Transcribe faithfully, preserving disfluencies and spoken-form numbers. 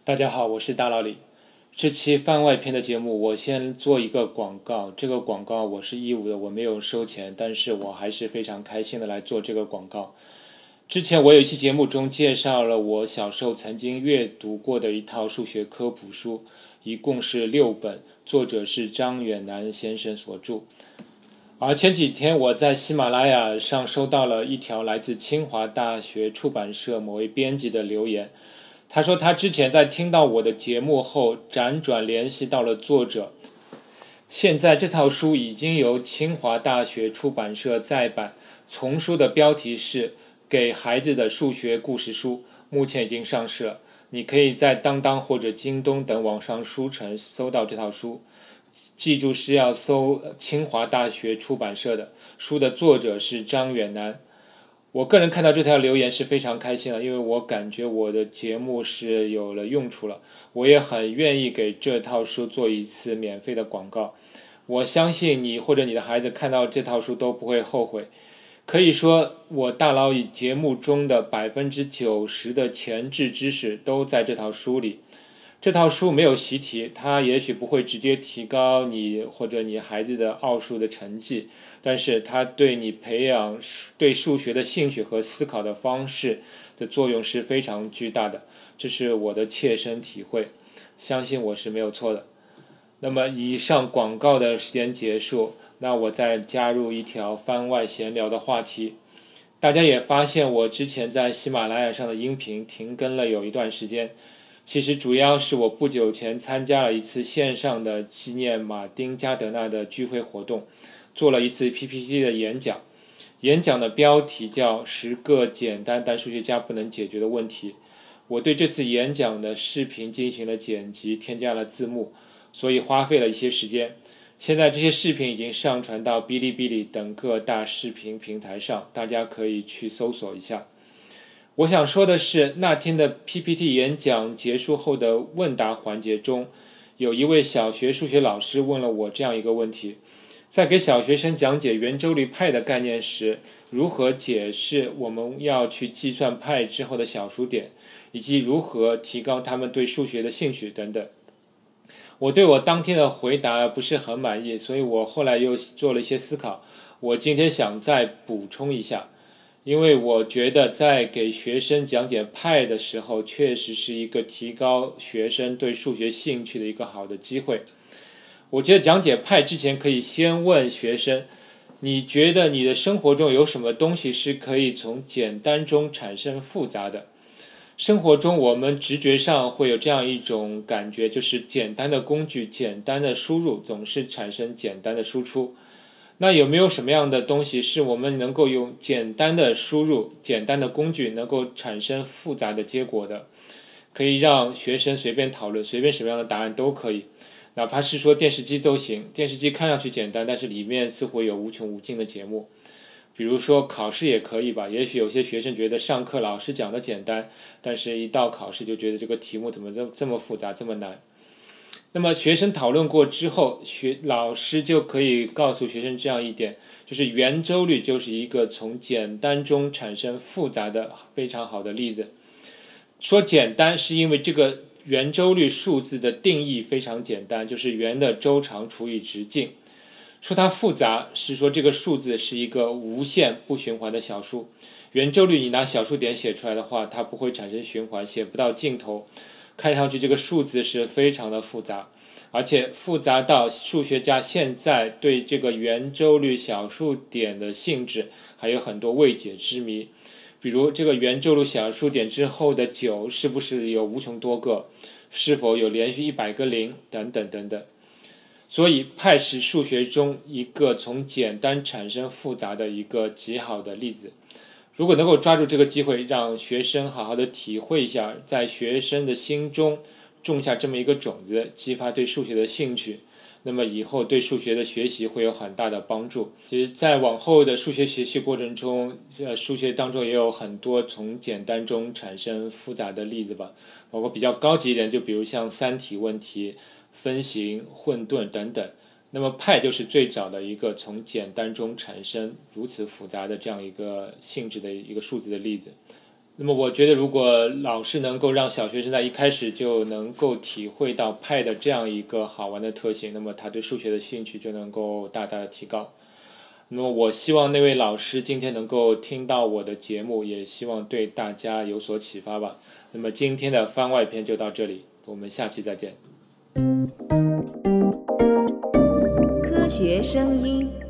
大家好，我是大老李。这期番外篇的节目，我先做一个广告。这个广告我是义务的，我没有收钱，但是我还是非常开心的来做这个广告。之前我有一期节目中介绍了我小时候曾经阅读过的一套数学科普书，一共是六本，作者是张远南先生所著。而前几天我在喜马拉雅上收到了一条来自清华大学出版社某位编辑的留言。他说他之前在听到我的节目后辗转联系到了作者，现在这套书已经由清华大学出版社再版，丛书的标题是《给孩子的数学故事书》，目前已经上市了，你可以在当当或者京东等网上书城搜到这套书，记住是要搜清华大学出版社的，书的作者是张远南。我个人看到这条留言是非常开心的，因为我感觉我的节目是有了用处了，我也很愿意给这套书做一次免费的广告。我相信你或者你的孩子看到这套书都不会后悔。可以说我大老以节目中的百分之九十的前置知识都在这套书里。这套书没有习题，它也许不会直接提高你或者你孩子的奥数的成绩，但是它对你培养对数学的兴趣和思考的方式的作用是非常巨大的，这是我的切身体会，相信我是没有错的。那么以上广告的时间结束，那我再加入一条番外闲聊的话题。大家也发现我之前在喜马拉雅上的音频停更了有一段时间，其实主要是我不久前参加了一次线上的纪念马丁加德纳的聚会活动，做了一次 P P T 的演讲。演讲的标题叫十个简单但数学家不能解决的问题。我对这次演讲的视频进行了剪辑，添加了字幕，所以花费了一些时间。现在这些视频已经上传到哔哩哔哩等各大视频平台上，大家可以去搜索一下。我想说的是，那天的 P P T 演讲结束后的问答环节中，有一位小学数学老师问了我这样一个问题：在给小学生讲解圆周率派的概念时，如何解释我们要去计算派之后的小数点，以及如何提高他们对数学的兴趣等等。我对我当天的回答不是很满意，所以我后来又做了一些思考，我今天想再补充一下。因为我觉得在给学生讲解派的时候，确实是一个提高学生对数学兴趣的一个好的机会。我觉得讲解派之前可以先问学生，你觉得你的生活中有什么东西是可以从简单中产生复杂的？生活中我们直觉上会有这样一种感觉，就是简单的工具、简单的输入总是产生简单的输出。那有没有什么样的东西是我们能够用简单的输入、简单的工具能够产生复杂的结果的？可以让学生随便讨论，随便什么样的答案都可以，哪怕是说电视机都行。电视机看上去简单，但是里面似乎有无穷无尽的节目。比如说考试也可以吧，也许有些学生觉得上课老师讲的简单，但是一到考试就觉得这个题目怎么这这么复杂，这么难。那么学生讨论过之后，学老师就可以告诉学生这样一点，就是圆周率就是一个从简单中产生复杂的非常好的例子。说简单是因为这个圆周率数字的定义非常简单，就是圆的周长除以直径。说它复杂是说这个数字是一个无限不循环的小数。圆周率你拿小数点写出来的话，它不会产生循环，写不到尽头。看上去这个数字是非常的复杂，而且复杂到数学家现在对这个圆周率小数点的性质还有很多未解之谜。比如这个圆周率小数点之后的九是不是有无穷多个，是否有连续一百个零等等等等。所以派是数学中一个从简单产生复杂的一个极好的例子。如果能够抓住这个机会，让学生好好的体会一下，在学生的心中种下这么一个种子，激发对数学的兴趣，那么以后对数学的学习会有很大的帮助。其实在往后的数学学习过程中，呃，数学当中也有很多从简单中产生复杂的例子吧，包括比较高级一点，就比如像三体问题、分形、混沌等等。那么派就是最早的一个从简单中产生如此复杂的这样一个性质的一个数字的例子。 那么我觉得如果老师能够让小学生在一开始就能够体会到派的这样一个好玩的特性，那么他对数学的兴趣就能够大大的提高。那么我希望那位老师今天能够听到我的节目，也希望对大家有所启发吧。那么今天的番外篇就到这里，我们下期再见。 科学声音。